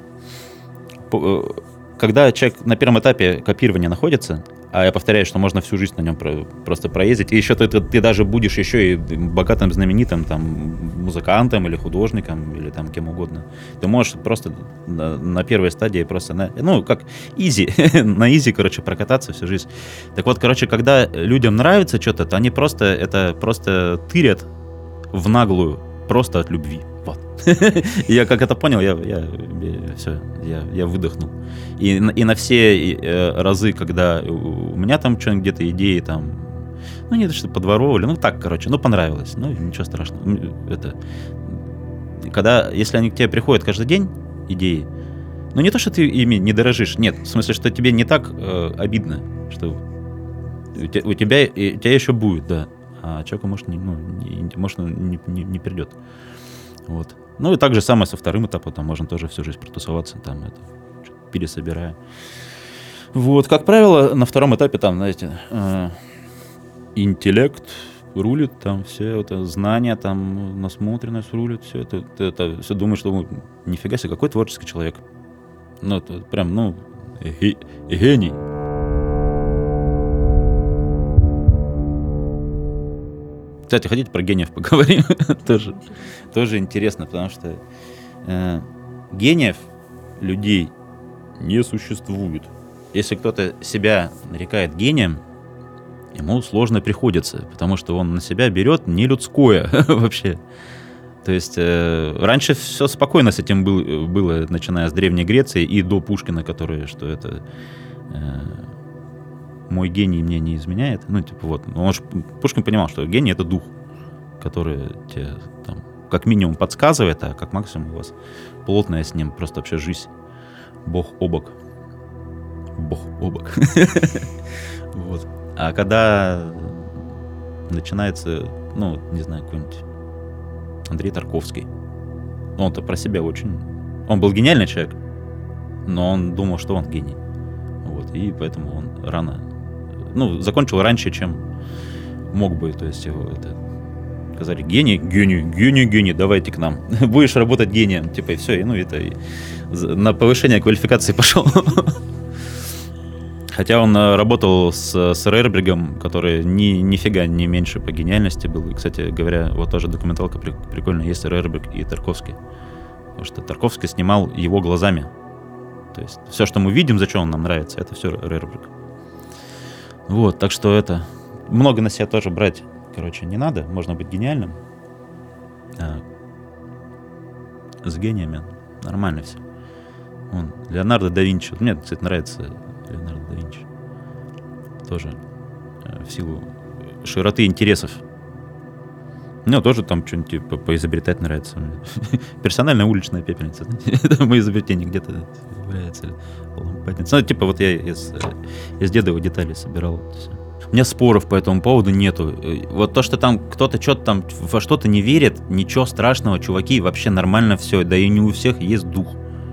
Когда человек на первом этапе копирования находится, а я повторяю, что можно всю жизнь на нем про, просто проездить, и еще ты, ты, ты даже будешь еще и богатым, знаменитым там, музыкантом или художником, или там кем угодно. Ты можешь просто на, на первой стадии просто, на, ну, как изи, на изи, короче, прокататься всю жизнь. Так вот, короче, когда людям нравится что-то, то они просто это просто тырят в наглую, просто от любви. Вот. Я как это понял, я, я, я, все, я, я выдохнул. И, и на все э, разы, когда у меня там что-нибудь где-то идеи там, ну не то, что подворовывали, ну так, короче, ну понравилось, ну ничего страшного. Это, когда, если они к тебе приходят каждый день, идеи, ну не то, что ты ими не дорожишь, нет, в смысле, что тебе не так э, обидно, что у тебя, у тебя, у тебя еще будет, да, а человеку может не, ну, не, может, не, не, не придет. Вот. Ну и так же самое со вторым этапом, там можно тоже всю жизнь протусоваться, там это, пересобирая. Вот, как правило, на втором этапе там, знаете, э, интеллект рулит, там все это знания, там насмотренность рулит, все это, ты это все думаешь, что ну, нифига себе, какой творческий человек. Ну, это прям, ну, ге- гений. Кстати, хотите про гениев поговорим? тоже, тоже интересно, потому что э, гениев людей не существует. Если кто-то себя нарекает гением, ему сложно приходится, потому что он на себя берет нелюдское вообще. То есть э, раньше все спокойно с этим был, было, начиная с Древней Греции и до Пушкина, который, что это э, мой гений мне не изменяет. Ну, типа вот. Он ж, Пушкин понимал, что гений — это дух, который тебе там как минимум подсказывает, а как максимум у вас плотная с ним просто вообще жизнь. Бог о бок. Бог о бок. Вот. А когда начинается, ну, не знаю, какой-нибудь Андрей Тарковский, он-то про себя очень... Он был гениальный человек, но он думал, что он гений. Вот. И поэтому он рано... Ну, закончил раньше, чем мог бы. То есть его это... Сказали, гений, гений, гений, гений, давайте к нам. Будешь работать гением. Типа, и все. И, ну, это и на повышение квалификации пошел. Хотя он работал с, с Рербергом, который ни, нифига не меньше по гениальности был. И, кстати говоря, вот тоже документалка при, прикольная. Есть Рерберг и Тарковский. Потому что Тарковский снимал его глазами. То есть все, что мы видим, за что он нам нравится, это все Рерберг. Вот, так что это... Много на себя тоже брать, короче, не надо. Можно быть гениальным. А с гениями нормально все. Вон, Леонардо да Винчи. Мне, кстати, нравится Леонардо да Винчи. Тоже э, в силу широты интересов. Мне тоже там что-нибудь типа поизобретать нравится. Персональная уличная пепельница. Это мое изобретение где-то является. Ну, типа вот я из, из дедовых деталей собирал это все. У меня споров по этому поводу нету. Вот то, что там кто-то что-то там во что-то не верит, ничего страшного, чуваки, вообще нормально все. Да и не у всех есть дух.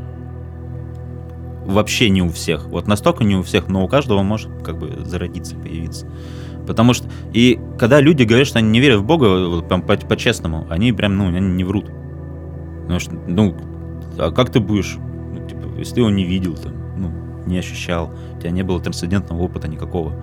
Вообще не у всех. Вот настолько не у всех, но у каждого может как бы зародиться, появиться. Потому что... И когда люди говорят, что они не верят в Бога, вот, прям по- по-честному, они прям, ну, они не врут. Потому что, ну, а как ты будешь... Ну, типа, если ты его не видел, там, ну, не ощущал, у тебя не было трансцендентного опыта никакого.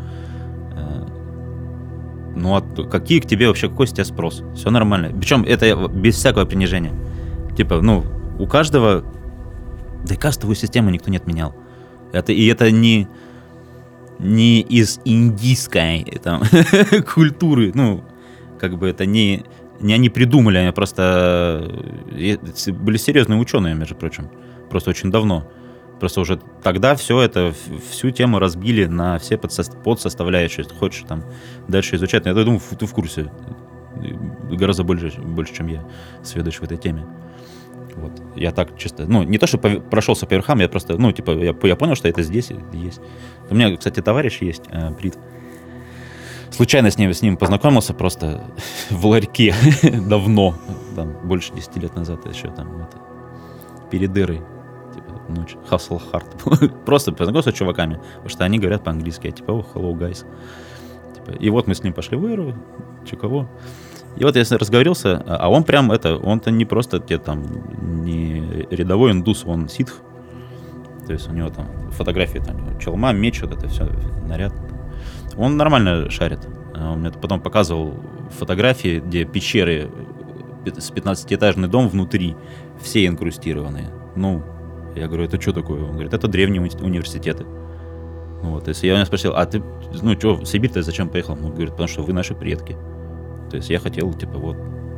Ну, а какие к тебе вообще, какой с тебя спрос? Все нормально. Причем это без всякого принижения. Типа, ну, у каждого... Да и кастовую систему никто не отменял. Это, и это не, не из индийской там, культуры. Ну, как бы это не, не они придумали, они просто... Были серьезные ученые, между прочим. Просто очень давно. Просто уже тогда все это, всю тему разбили на все подсоставляющие. Если хочешь там дальше изучать, я думаю, ты в курсе гораздо больше, больше, чем я, сведущ в этой теме. Вот. Я так чисто, ну, не то, что прошелся по верхам, я просто, ну, типа, я, я понял, что это здесь есть. У меня, кстати, товарищ есть, э, Брит. Случайно с ним, с ним познакомился просто в ларьке давно, там, больше десяти лет назад, еще там, это, перед эрой. Ночь, hustle hard. Просто познакомился с чуваками, потому что они говорят по-английски. Я типа, oh, hello, guys. Типа, и вот мы с ним пошли в эру, че кого. И вот я с ним разговорился, а он прям это, он-то не просто те там, не рядовой индус, он ситх. То есть у него там фотографии, там, челма, меч, вот это все, наряд. Он нормально шарит. Он мне потом показывал фотографии, где пещеры, с пятнадцатиэтажный дом внутри, все инкрустированные. Ну, я говорю, это что такое? Он говорит, это древние уни- университеты. Вот, то есть я у него спросил, а ты, ну что, в Сибирь-то зачем поехал? Он говорит, потому что вы наши предки. То есть я хотел, типа, вот,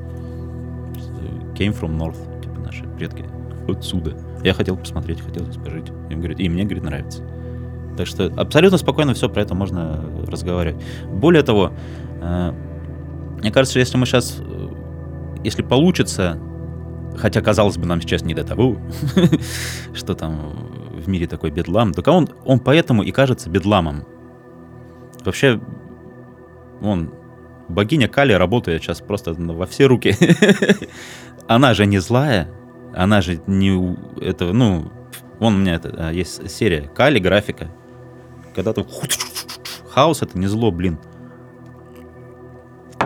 came from north, типа, наши предки отсюда. Я хотел посмотреть, хотел здесь пожить. И он говорит, и мне, говорит, нравится. Так что абсолютно спокойно все про это можно разговаривать. Более того, мне кажется, если мы сейчас, если получится, хотя, казалось бы, нам сейчас не до того, что там в мире такой бедлам, только он, он поэтому и кажется бедламом. Вообще, он, богиня Кали работает сейчас просто во все руки. Она же не злая, она же не... Это, ну, вон у меня это, есть серия Кали, графика. Когда там хаос, это не зло, блин.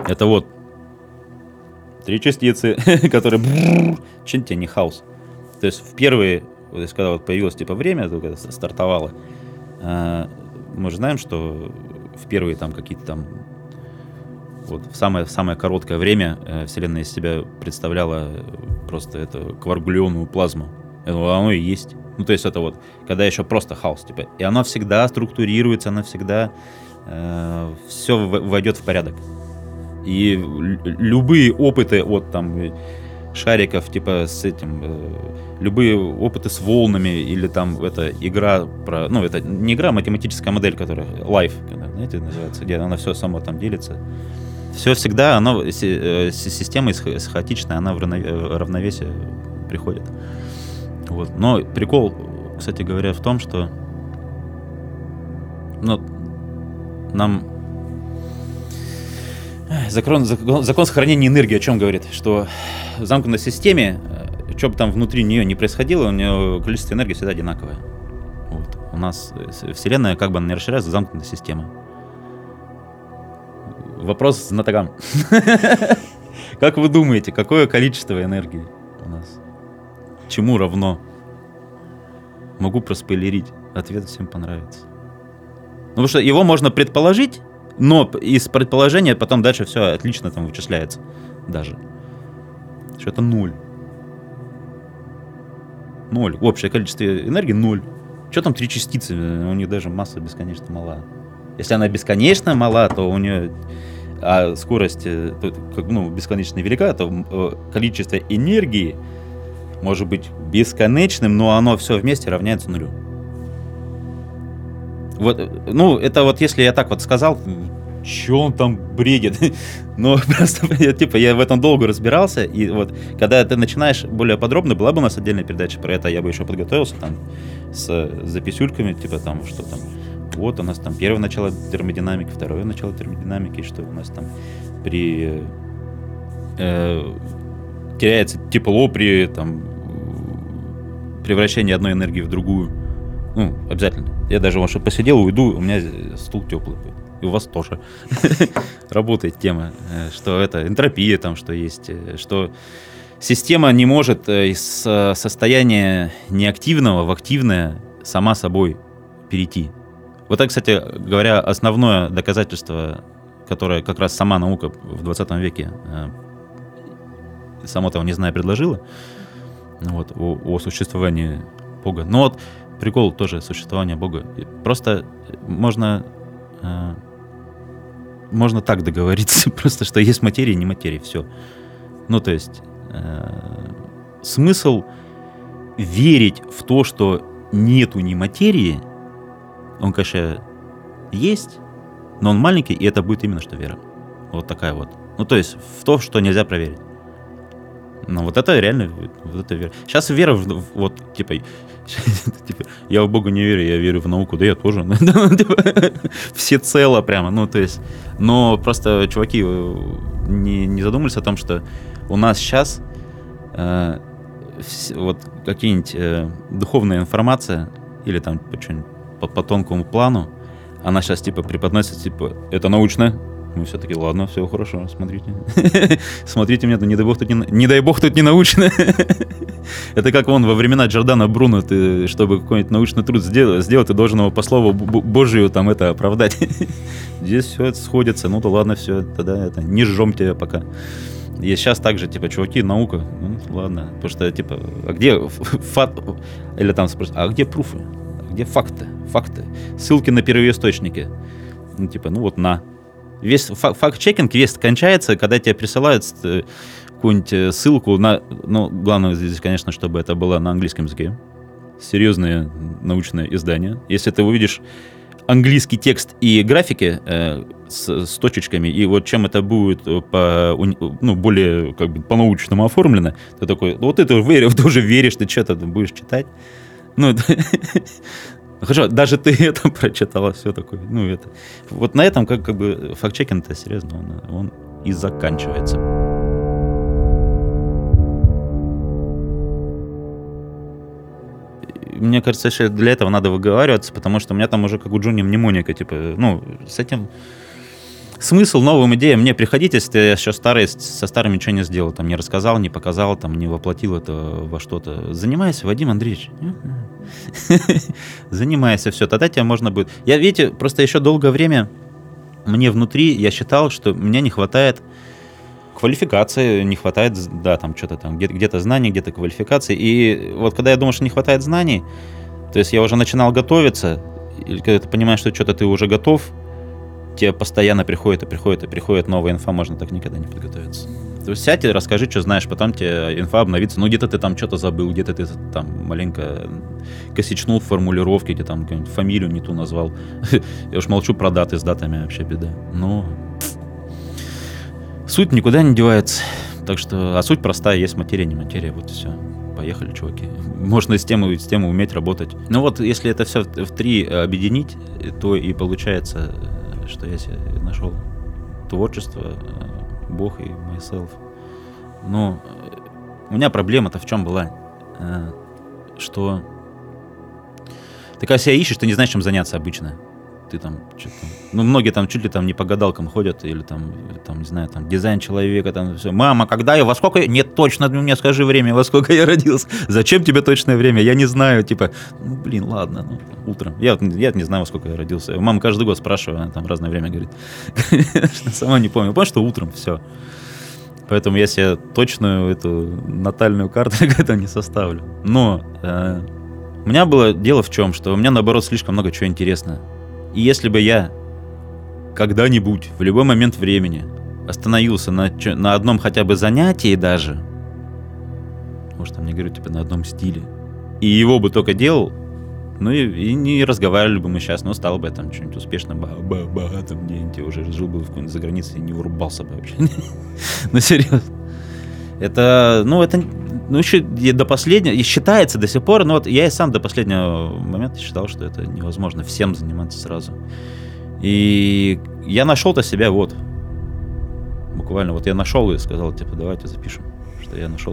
Это вот три частицы, которые... Чем тебе не хаос? То есть в первые, вот, если когда вот появилось типа время, когда стартовало, мы же знаем, что в первые там какие-то там... Вот в самое, в самое короткое время Вселенная из себя представляла просто это кваргулионную плазму. Это оно и есть. Ну, то есть это вот, когда еще просто хаос, типа. И оно всегда структурируется, оно всегда э, все в, войдет в порядок. И любые опыты от там шариков, типа с этим, э, любые опыты с волнами или там это игра про, ну это не игра, а математическая модель, которая Life, знаете, называется, где она все само там делится. Все всегда, оно, э, система хаотичная, она в равновесие приходит. Вот. Но прикол, кстати говоря, в том, что ну, нам закон, закон, закон сохранения энергии о чем говорит? Что в замкнутой системе, что бы там внутри нее ни происходило, у нее количество энергии всегда одинаковое. Вот. У нас Вселенная, как бы она ни расширяется, замкнутая система. Вопрос знатокам. Как вы думаете, какое количество энергии у нас? Чему равно? Могу проспойлерить. Ответ всем понравится. Ну, потому что его можно предположить, но из предположения потом дальше все отлично там вычисляется. Даже. Что это ноль. Ноль. Общее количество энергии ноль. Что там три частицы? У них даже масса бесконечно мала. Если она бесконечно мала, то у нее а скорость ну, бесконечно велика, то количество энергии может быть бесконечным, но оно все вместе равняется нулю. Вот, ну, это вот если я так вот сказал, что он там бредит? Ну, просто, типа, я в этом долго разбирался, и вот, когда ты начинаешь более подробно, была бы у нас отдельная передача про это, я бы еще подготовился там с записюльками, типа там, что там, вот у нас там первое начало термодинамики, второе начало термодинамики, что у нас там при... Э, теряется тепло при там, превращении одной энергии в другую. Ну, обязательно. Я даже вот, что посидел, уйду, у меня стул теплый будет. И у вас тоже работает тема, что это энтропия там, что есть, что система не может из состояния неактивного в активное сама собой перейти. Вот это, кстати говоря, основное доказательство, которое как раз сама наука в двадцатом веке, само того не зная, предложила, вот, о, о существовании Бога. Но вот прикол тоже существования Бога. Просто можно, э, можно так договориться, просто что есть материя и не материя, все. Ну, то есть э, смысл верить в то, что нету ни материи, он, конечно, есть, но он маленький, и это будет именно что вера. Вот такая вот. Ну, то есть в то, что нельзя проверить. Ну, вот это реально, вот это вера. Сейчас вера, вот, типа, типа, я в Бога не верю, я верю в науку, да я тоже. Всецело прямо, ну, то есть, но просто, чуваки, не, не задумались о том, что у нас сейчас э, вот какие-нибудь э, духовная информация или там что-нибудь по, по тонкому плану, она сейчас, типа, преподносится, типа, это научно. Мы все-таки, ладно, все хорошо, смотрите. Смотрите меня, не дай бог тут не, не дай бог тут не научно. Это как вон во времена Джордано Бруно, ты, чтобы какой-нибудь научный труд сделать, сделать, ты должен его по слову Божию там это оправдать. Здесь все сходится, ну то ладно, все, тогда это, не жжем тебя пока. И сейчас также, типа, чуваки, наука, ну ладно, потому что, типа, а где факт, или там спросят, а где пруфы, а где факты, факты, ссылки на первоисточники, ну типа, ну вот на. Весь факт-чекинг весь кончается, когда тебе присылают какую-нибудь ссылку на... Ну, главное здесь, конечно, чтобы это было на английском языке. Серьезное научное издание. Если ты увидишь английский текст и графики э, с, с точечками, и вот чем это будет по, ну, более как бы по-научному оформлено, ты такой, вот ты тоже, тоже веришь, ты что-то будешь читать. Ну, хорошо, даже ты это прочитала, все такое. Ну, это. Вот на этом как, как бы факт-чекинг-то серьезно, он, он и заканчивается. Мне кажется, что для этого надо выговариваться, потому что у меня там уже как у Джонни мнемоника, типа, ну, с этим смысл новым идеям мне приходить, если ты еще старый, со старым ничего не сделал, там, не рассказал, не показал, там, не воплотил это во что-то. Занимайся, Вадим Андреевич. Занимайся, все, тогда тебя можно будет... Я, видите, просто еще долгое время мне внутри, я считал, что мне не хватает квалификации, не хватает, да, там, что-то там, где-то, где-то знаний, где-то квалификации. И вот когда я думал, что не хватает знаний, то есть я уже начинал готовиться, или когда ты понимаешь, что что-то ты уже готов, тебе постоянно приходит и приходит и приходит новая инфа, можно так никогда не подготовиться. То есть сядь и расскажи, что знаешь, потом тебе инфа обновится. Ну, где-то ты там что-то забыл, где-то ты там маленько косячнул в формулировке, где там фамилию не ту назвал. Я уж молчу про даты, с датами вообще беда. Но суть никуда не девается. Так что, а суть простая, есть материя, не материя, вот и все. Поехали, чуваки. Можно с темой, с темой уметь работать. Ну вот, если это все в три объединить, то и получается, что я себе нашел творчество, Бог и myself. Но у меня проблема-то в чем была? Что ты когда себя ищешь, ты не знаешь, чем заняться обычно. Ты там что-то... Ну, многие там чуть ли там не по гадалкам ходят, или там, там не знаю, там дизайн человека, там все. Мама, когда я, во сколько... Нет, точно мне скажи время, во сколько я родился. Зачем тебе точное время? Я не знаю, типа, ну, блин, ладно, ну, утром. Я, я не знаю, во сколько я родился. Мама каждый год спрашивает, она там разное время говорит. Сама не помню. Помню, что утром, все. Поэтому я себе точную эту натальную карту как-то не составлю. Но э, у меня было дело в чем, что у меня, наоборот, слишком много чего интересного. И если бы я когда-нибудь, в любой момент времени, остановился на, на одном хотя бы занятии даже, может, там не говорю, типа, на одном стиле, и его бы только делал, ну и, и не разговаривали бы мы сейчас, но стал бы я там что-нибудь успешно богатым где-нибудь, уже жил бы в какой-нибудь загранице и не вырубался бы вообще. Ну, серьезно. Это, ну, это, ну, еще до последнего, и считается до сих пор, но вот я и сам до последнего момента считал, что это невозможно всем заниматься сразу. И я нашел-то себя вот, буквально, вот я нашел и сказал, типа, давайте запишем, что я нашел.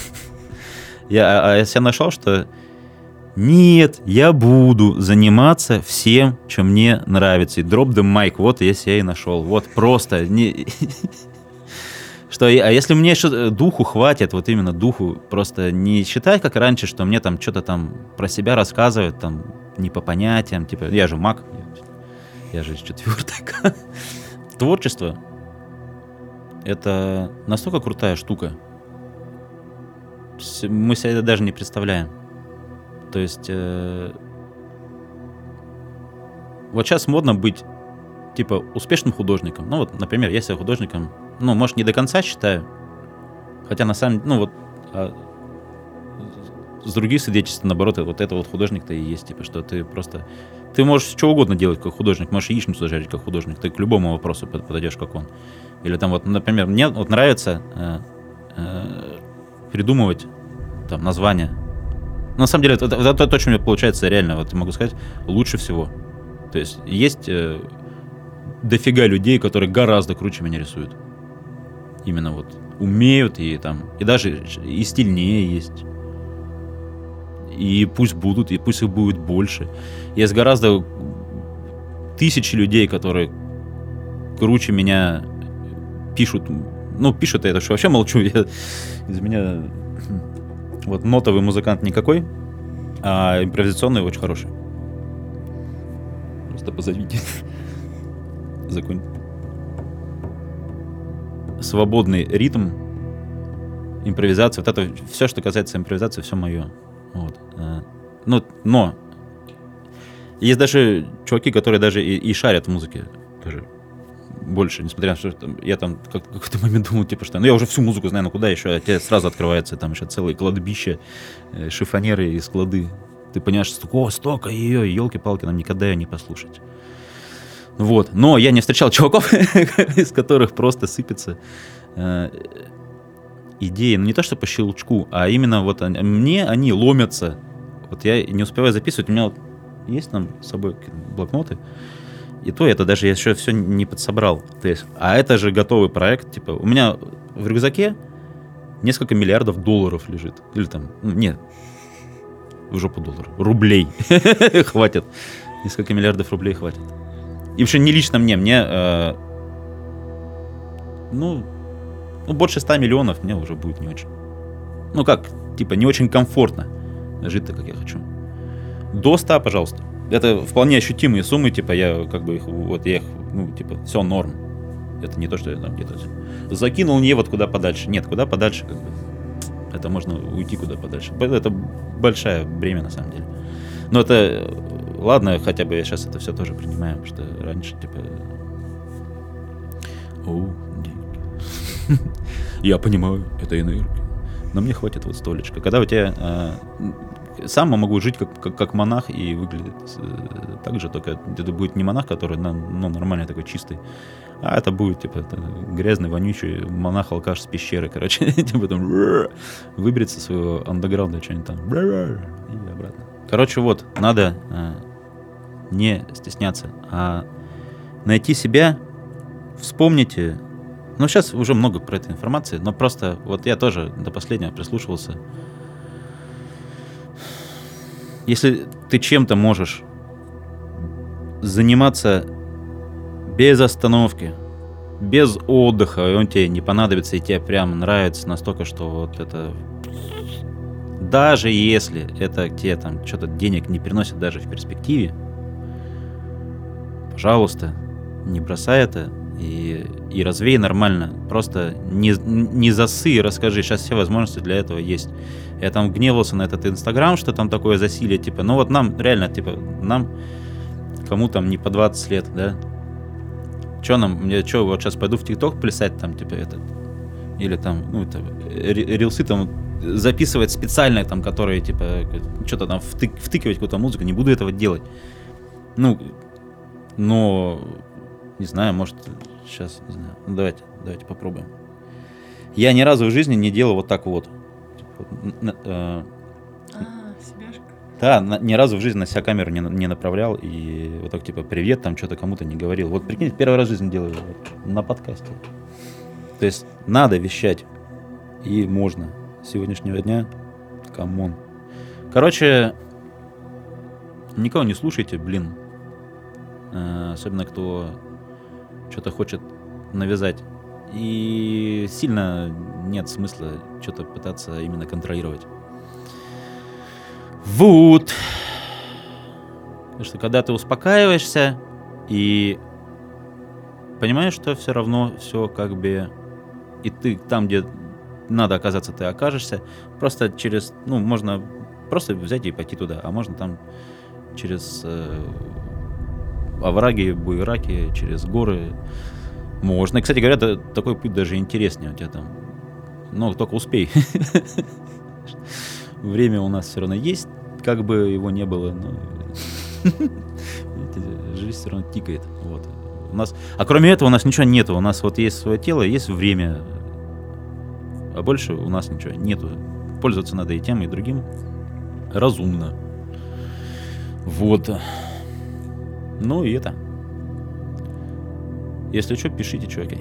Я, а я себя нашел, что нет, я буду заниматься всем, что мне нравится. И drop the mic, вот я себя и нашел. Вот просто... Не... Что, а если мне еще духу хватит, вот именно духу, просто не считай, как раньше, что мне там что-то там про себя рассказывают, там, не по понятиям, типа, я же маг, я же из четвертой. Творчество — это настолько крутая штука, мы себе это даже не представляем. То есть, э, вот сейчас модно быть, типа, успешным художником. Ну вот, например, я себя художником, ну, может, не до конца считаю, хотя на самом деле, ну вот, а с других свидетельств, наоборот, вот это вот художник-то и есть, типа, что ты просто, ты можешь что угодно делать как художник, можешь яичницу жарить как художник, ты к любому вопросу подойдешь как он. Или там вот, например, мне вот нравится э, э, придумывать там названия. На самом деле, это, это, это то, что у меня получается реально, вот могу сказать, лучше всего. То есть есть э, дофига людей, которые гораздо круче меня рисуют. Именно вот умеют и там, и даже и стильнее есть. И пусть будут, и пусть их будет больше. Есть гораздо тысячи людей, которые круче меня пишут. Ну, пишут это, что вообще молчу. Я, из меня вот нотовый музыкант никакой, а импровизационный очень хороший. Просто позовите. Закон. Свободный ритм, импровизация, вот это все, что касается импровизации, все мое. Вот. Но, но есть даже чуваки, которые даже и, и шарят в музыке тоже больше, несмотря на то, что там, я там как, какой-то момент думал, типа, что ну я уже всю музыку знаю, ну куда еще, а тебе сразу открывается там еще целые кладбища, э, шифонеры и склады. Ты понимаешь, что о, столько ее, елки-палки, нам никогда ее не послушать. Вот. Но я не встречал чуваков, из которых просто сыпется э, идеи, ну не то что по щелчку, а именно вот они, мне они ломятся. Вот я не успеваю записывать, у меня вот есть там с собой блокноты, и то это даже я еще все не подсобрал. То есть, а это же готовый проект, типа у меня в рюкзаке несколько миллиардов долларов лежит, или там, ну, нет, в жопу долларов, рублей хватит, несколько миллиардов рублей хватит. И вообще не лично мне, мне э, ну, ну, больше ста миллионов мне уже будет не очень. Ну как, типа, не очень комфортно жить так, как я хочу. До ста, пожалуйста. Это вполне ощутимые суммы, типа, я как бы их, вот я их, ну, типа, все норм. Это не то, что я там где-то закинул не вот куда подальше. Нет, куда подальше, как бы. Это можно уйти куда подальше. Это большое бремя, на самом деле. Но это, ладно, хотя бы я сейчас это все тоже принимаю, потому что раньше, типа... О, деньги. Я понимаю, это энергия. Но мне хватит вот столечка. Когда у тебя... Сам могу жить как, как, как монах и выглядит э, так же, только это будет не монах, который ну, нормальный такой чистый, а это будет типа это, грязный, вонючий монах-алкаш с пещеры, короче, типа там выберется своего андеграунда что-нибудь там и обратно. Короче, вот, надо э, не стесняться, а найти себя, вспомните, ну сейчас уже много про этой информации, но просто вот я тоже до последнего прислушивался. Если ты чем-то можешь заниматься без остановки, без отдыха, и он тебе не понадобится, и тебе прям нравится настолько, что вот это... Даже если это тебе там что-то денег не приносит даже в перспективе, пожалуйста, не бросай это и, и развей нормально. Просто не, не зассы, расскажи. Сейчас все возможности для этого есть. Я там гневался на этот Инстаграм, что там такое засилие, типа, ну вот нам, реально, типа, нам, кому там не по двадцать лет, да? Че нам, мне что, вот сейчас пойду в ТикТок плясать там, типа, этот, или там, ну, это, рилсы там записывать специальные там, которые, типа, что-то там втык, втыкивать какую-то музыку, не буду этого делать. Ну, но, не знаю, может, сейчас, не знаю, ну, давайте, давайте попробуем. Я ни разу в жизни не делал вот так вот. А, себяшка. Да, на, ни разу в жизни на себя камеру не, не направлял и вот так типа привет, там что-то кому-то не говорил. Вот прикинь, первый раз в жизни делаю вот, на подкасте. То есть надо вещать и можно. С сегодняшнего дня, камон. Короче, никого не слушайте, блин. Э, особенно кто что-то хочет навязать. И сильно нет смысла что-то пытаться именно контролировать. Вот. Потому что когда ты успокаиваешься и понимаешь, что все равно все как бы... И ты там, где надо оказаться, ты окажешься. Просто через... Ну, можно просто взять и пойти туда. А можно там через э, овраги, буераки, через горы... Можно. И, кстати говоря, такой путь даже интереснее. У тебя там... Ну, только успей. Время у нас все равно есть, как бы его не было, но жизнь все равно тикает. Вот. У нас... А кроме этого у нас ничего нету. У нас вот есть свое тело, есть время, а больше у нас ничего нету. Пользоваться надо и тем, и другим разумно. Вот. Ну и это. Если что, пишите, чуваки.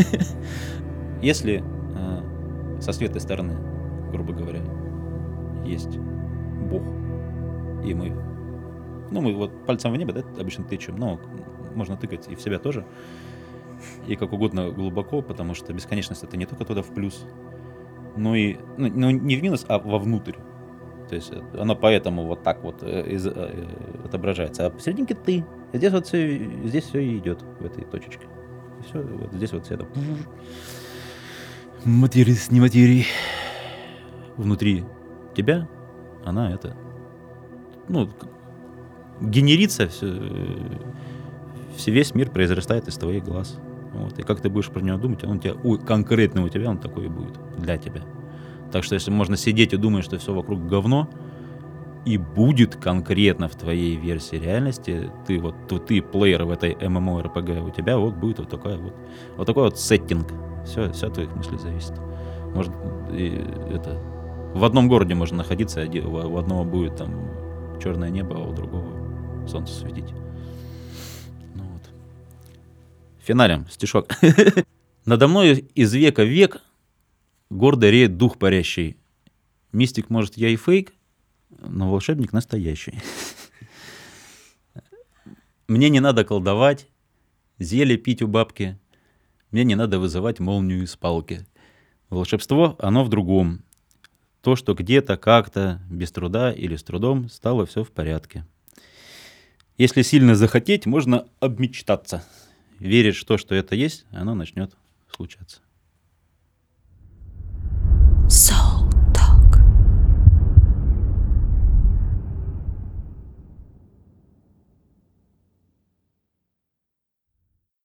Если э, со светлой стороны, грубо говоря, есть Бог, и мы, ну, мы вот пальцем в небо, да, обычно тычем, но можно тыкать и в себя тоже, и как угодно глубоко, потому что бесконечность — это не только туда в плюс, но и, ну, ну не в минус, а вовнутрь. То есть оно поэтому вот так вот из, э, отображается. А посерединке ты. Здесь вот все, здесь все и идет в этой точечке. И все, вот здесь вот все это. Материя с не материей. Внутри тебя она это, ну, генерится, все, все, весь мир произрастает из твоих глаз. Вот. И как ты будешь про него думать, он у тебя, у, конкретно у тебя он такой и будет для тебя. Так что если можно сидеть и думать, что все вокруг говно, и будет конкретно в твоей версии реальности, ты вот ты плеер в этой MMORPG, у тебя вот будет вот такой вот, вот такой вот сеттинг. Все, все от твоих мыслей зависит. Может, и это... В одном городе можно находиться, у одного будет там черное небо, а у другого солнце светить. Ну вот. Финалем стишок. Надо мной из века в век гордо реет дух парящий. Мистик, может, я и фейк, но волшебник настоящий. Мне не надо колдовать, зелье пить у бабки. Мне не надо вызывать молнию из палки. Волшебство, оно в другом. То, что где-то, как-то, без труда или с трудом, стало все в порядке. Если сильно захотеть, можно обмечтаться. Верить, что, что это есть, оно начнет случаться.